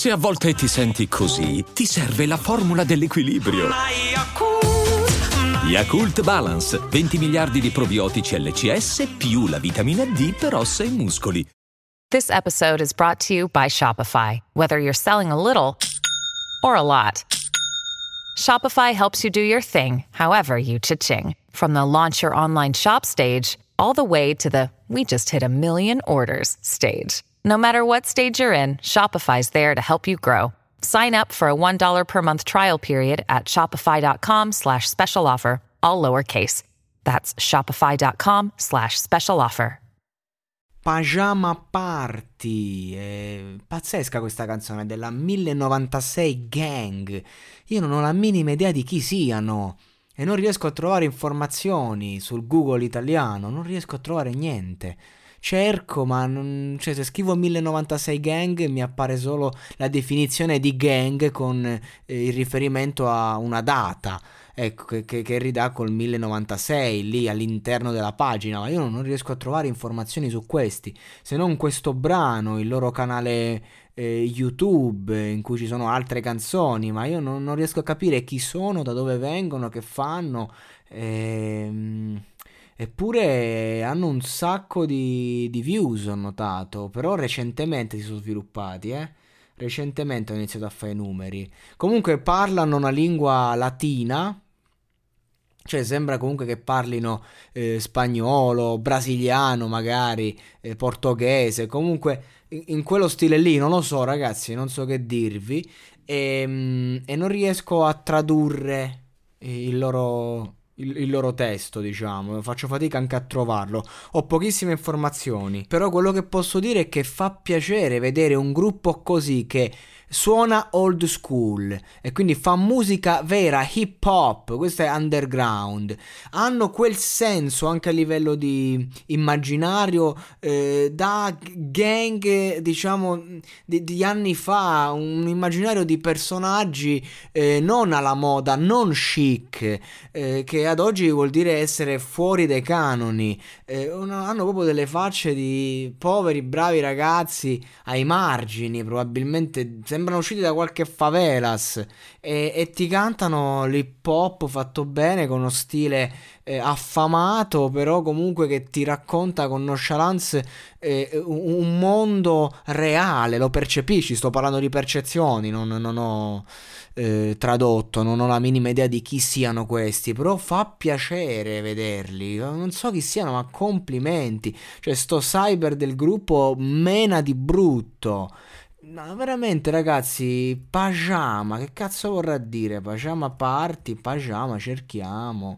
Se a volte ti senti così, ti serve la formula dell'equilibrio. Yakult Balance, 20 miliardi di probiotici LCS più la vitamina D per ossa e muscoli. This episode is brought to you by Shopify. Whether you're selling a little or a lot, Shopify helps you do your thing, however you cha-ching. From the launch your online shop stage, all the way to the we just hit 1 million orders stage. No matter what stage you're in, Shopify's there to help you grow. Sign up for a $1 per month trial period at shopify.com/special offer, all lowercase. That's shopify.com/special offer. Pajama Party, è pazzesca questa canzone della 1096 Gang. Io non ho la minima idea di chi siano e non riesco a trovare informazioni sul Google italiano, non riesco a trovare niente. Cerco, ma non, cioè, se scrivo 1096 Gang mi appare solo la definizione di gang con il riferimento a una data, ecco, che ridà col 1096 lì all'interno della pagina, ma io non riesco a trovare informazioni su questi, se non questo brano, il loro canale YouTube in cui ci sono altre canzoni, ma io non riesco a capire chi sono, da dove vengono, che fanno. Eppure hanno un sacco di views, ho notato, però recentemente si sono sviluppati, recentemente ho iniziato a fare i numeri. Comunque parlano una lingua latina, cioè sembra comunque che parlino spagnolo, brasiliano magari, portoghese, comunque in quello stile lì, non lo so ragazzi, non so che dirvi, e non riesco a tradurre il loro testo, diciamo, faccio fatica anche a trovarlo, ho pochissime informazioni, però quello che posso dire è che fa piacere vedere un gruppo così che suona old school e quindi fa musica vera, hip hop, questo è underground, hanno quel senso anche a livello di immaginario da gang, diciamo, di anni fa, un immaginario di personaggi non alla moda, non chic, che ad oggi vuol dire essere fuori dai canoni, hanno proprio delle facce di poveri bravi ragazzi ai margini, probabilmente sembrano usciti da qualche favelas, e ti cantano l'hip hop fatto bene con uno stile affamato, però comunque che ti racconta con nonchalance un mondo reale, lo percepisci, sto parlando di percezioni, non ho tradotto, non ho la minima idea di chi siano questi, però fa piacere vederli, non so chi siano, ma complimenti, cioè sto cyber del gruppo mena di brutto. No, veramente ragazzi, pajama, che cazzo vorrà dire? Pajama party, pajama cerchiamo,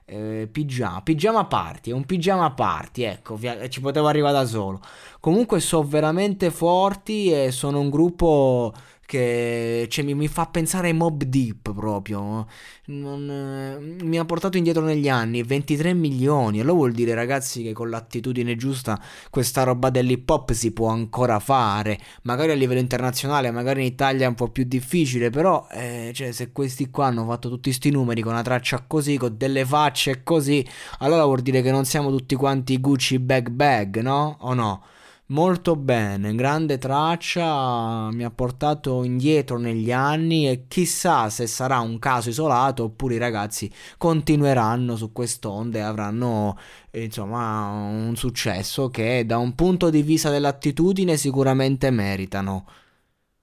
pigiama party, è un pigiama party, ecco, ci potevo arrivare da solo. Comunque sono veramente forti e sono un gruppo che cioè, mi fa pensare ai Mobb Deep proprio, mi ha portato indietro negli anni, 23 milioni, allora vuol dire ragazzi che con l'attitudine giusta questa roba dell'hip hop si può ancora fare, magari a livello internazionale, magari in Italia è un po' più difficile, però cioè, se questi qua hanno fatto tutti sti numeri con una traccia così, con delle facce così, allora vuol dire che non siamo tutti quanti Gucci bag, no? O no? Molto bene, grande traccia, mi ha portato indietro negli anni e chissà se sarà un caso isolato oppure i ragazzi continueranno su quest'onda e avranno insomma un successo che da un punto di vista dell'attitudine sicuramente meritano.